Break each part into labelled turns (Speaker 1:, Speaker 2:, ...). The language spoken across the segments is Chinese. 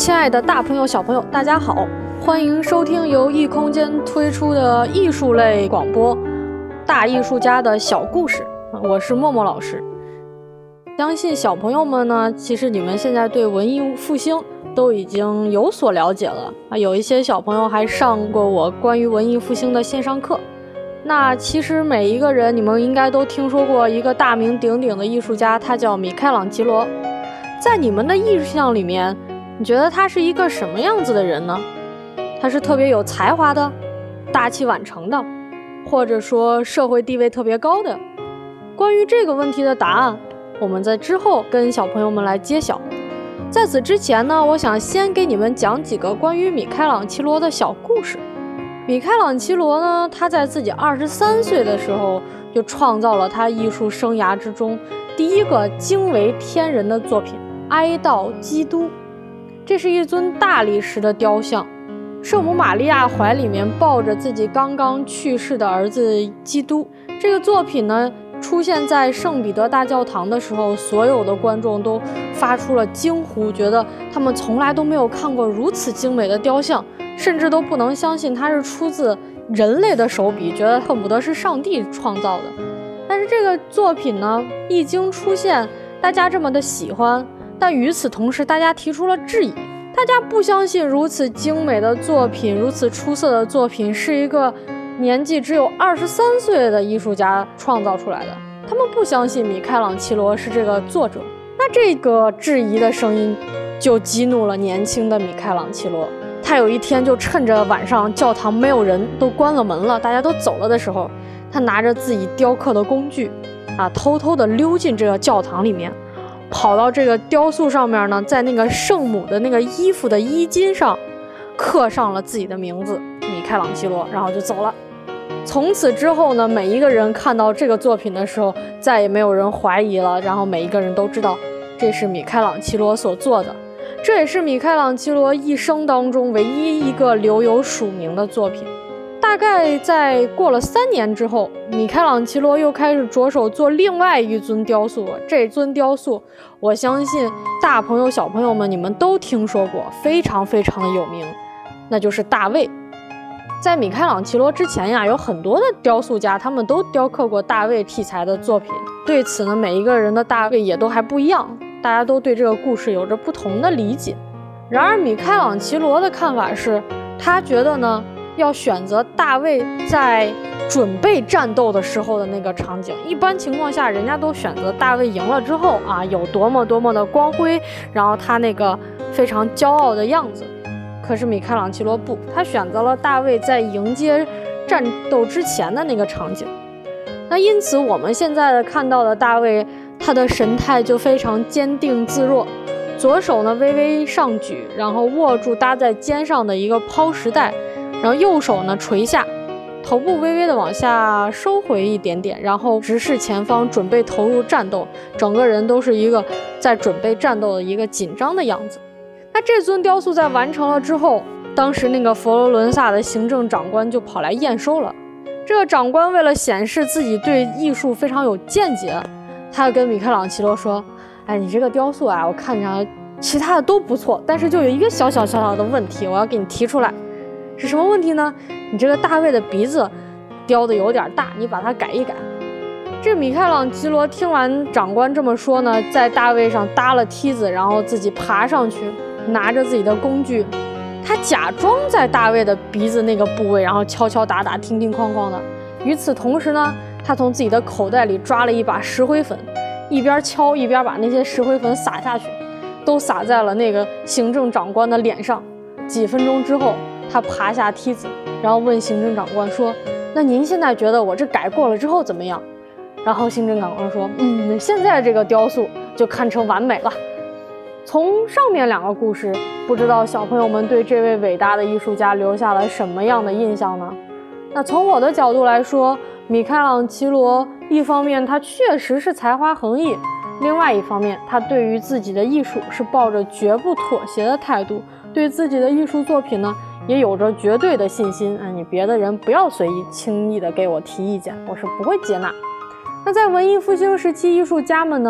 Speaker 1: 亲爱的大朋友小朋友大家好，欢迎收听由异空间推出的艺术类广播大艺术家的小故事，我是默默老师。相信小朋友们呢，其实你们现在对文艺复兴都已经有所了解了啊，有一些小朋友还上过我关于文艺复兴的线上课。那其实每一个人你们应该都听说过一个大名鼎鼎的艺术家，他叫米开朗基罗。在你们的印象里面，你觉得他是一个什么样子的人呢？他是特别有才华的，大器晚成的，或者说社会地位特别高的？关于这个问题的答案，我们在之后跟小朋友们来揭晓。在此之前呢，我想先给你们讲几个关于米开朗基罗的小故事。米开朗基罗呢，他在自己23岁的时候就创造了他艺术生涯之中第一个惊为天人的作品《哀悼基督》。这是一尊大理石的雕像，圣母玛利亚怀里面抱着自己刚刚去世的儿子基督。这个作品呢，出现在圣彼得大教堂的时候，所有的观众都发出了惊呼，觉得他们从来都没有看过如此精美的雕像，甚至都不能相信它是出自人类的手笔，觉得恨不得是上帝创造的。但是这个作品呢，一经出现，大家这么的喜欢，但与此同时，大家提出了质疑。大家不相信如此精美的作品，如此出色的作品是一个年纪只有23岁的艺术家创造出来的。他们不相信米开朗基罗是这个作者。那这个质疑的声音就激怒了年轻的米开朗基罗。他有一天就趁着晚上教堂没有人，都关了门了，大家都走了的时候，他拿着自己雕刻的工具偷偷地溜进这个教堂里面，跑到这个雕塑上面呢，在那个圣母的那个衣服的衣襟上刻上了自己的名字米开朗基罗，然后就走了。从此之后呢，每一个人看到这个作品的时候，再也没有人怀疑了，然后每一个人都知道这是米开朗基罗所做的。这也是米开朗基罗一生当中唯一一个留有署名的作品。大概在过了3年之后，米开朗基罗又开始着手做另外一尊雕塑了。这尊雕塑我相信大朋友小朋友们你们都听说过，非常非常的有名，那就是大卫。在米开朗基罗之前呀，有很多的雕塑家他们都雕刻过大卫题材的作品。对此呢，每一个人的大卫也都还不一样，大家都对这个故事有着不同的理解。然而米开朗基罗的看法是，他觉得呢，要选择大卫在准备战斗的时候的那个场景。一般情况下，人家都选择大卫赢了之后有多么多么的光辉，然后他那个非常骄傲的样子。可是米开朗基罗不，他选择了大卫在迎接战斗之前的那个场景。那因此我们现在看到的大卫，他的神态就非常坚定自若，左手呢微微上举，然后握住搭在肩上的一个抛石带，然后右手呢垂下，头部微微的往下收回一点点，然后直视前方，准备投入战斗。整个人都是一个在准备战斗的一个紧张的样子。那这尊雕塑在完成了之后，当时那个佛罗伦萨的行政长官就跑来验收了。这个长官为了显示自己对艺术非常有见解，他跟米开朗基罗说：“哎，你这个雕塑我看着其他的都不错，但是就有一个小小的问题，我要给你提出来。是什么问题呢？你这个大卫的鼻子雕的有点大，你把它改一改。”这米开朗基罗听完长官这么说呢，在大卫上搭了梯子，然后自己爬上去，拿着自己的工具，他假装在大卫的鼻子那个部位，然后敲敲打打，叮叮哐哐的。与此同时呢，他从自己的口袋里抓了一把石灰粉，一边敲一边把那些石灰粉撒下去，都撒在了那个行政长官的脸上。几分钟之后，他爬下梯子，然后问行政长官说：“那您现在觉得我这改过了之后怎么样？”然后行政长官说：“现在这个雕塑就堪称完美了。”从上面2个故事，不知道小朋友们对这位伟大的艺术家留下了什么样的印象呢？那从我的角度来说，米开朗基罗一方面他确实是才华横溢，另外一方面他对于自己的艺术是抱着绝不妥协的态度，对自己的艺术作品呢也有着绝对的信心。你别的人不要随意轻易的给我提意见，我是不会接纳。那在文艺复兴时期，艺术家们呢，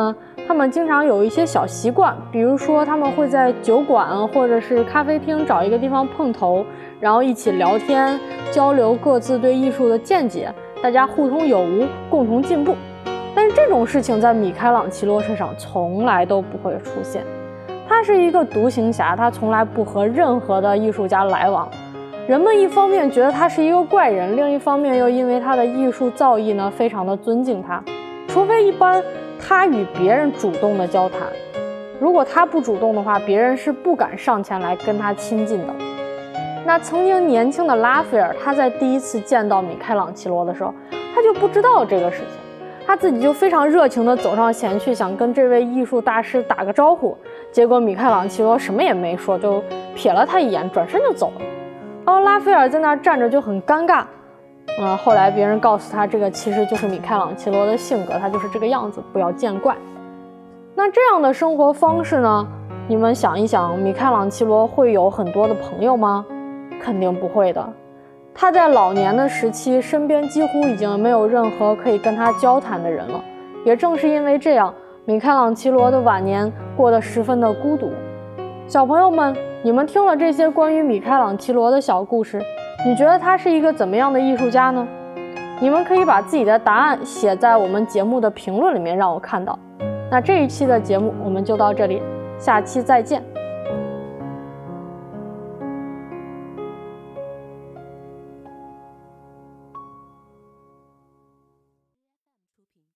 Speaker 1: 他们经常有一些小习惯，比如说他们会在酒馆或者是咖啡厅找一个地方碰头，然后一起聊天，交流各自对艺术的见解，大家互通有无，共同进步。但是这种事情在米开朗基罗身上从来都不会出现。他是一个独行侠，他从来不和任何的艺术家来往。人们一方面觉得他是一个怪人，另一方面又因为他的艺术造诣呢，非常的尊敬他。除非一般他与别人主动的交谈，如果他不主动的话，别人是不敢上前来跟他亲近的。那曾经年轻的拉斐尔，他在第一次见到米开朗基罗的时候，他就不知道这个事情，他自己就非常热情地走上前去，想跟这位艺术大师打个招呼。结果米开朗基罗什么也没说，就瞥了他一眼，转身就走了。然后拉斐尔在那儿站着就很尴尬。后来别人告诉他，这个其实就是米开朗基罗的性格，他就是这个样子，不要见怪。那这样的生活方式呢，你们想一想，米开朗基罗会有很多的朋友吗？肯定不会的。他在老年的时期，身边几乎已经没有任何可以跟他交谈的人了。也正是因为这样，米开朗基罗的晚年过得十分的孤独。小朋友们，你们听了这些关于米开朗基罗的小故事，你觉得他是一个怎么样的艺术家呢？你们可以把自己的答案写在我们节目的评论里面，让我看到。那这一期的节目我们就到这里，下期再见。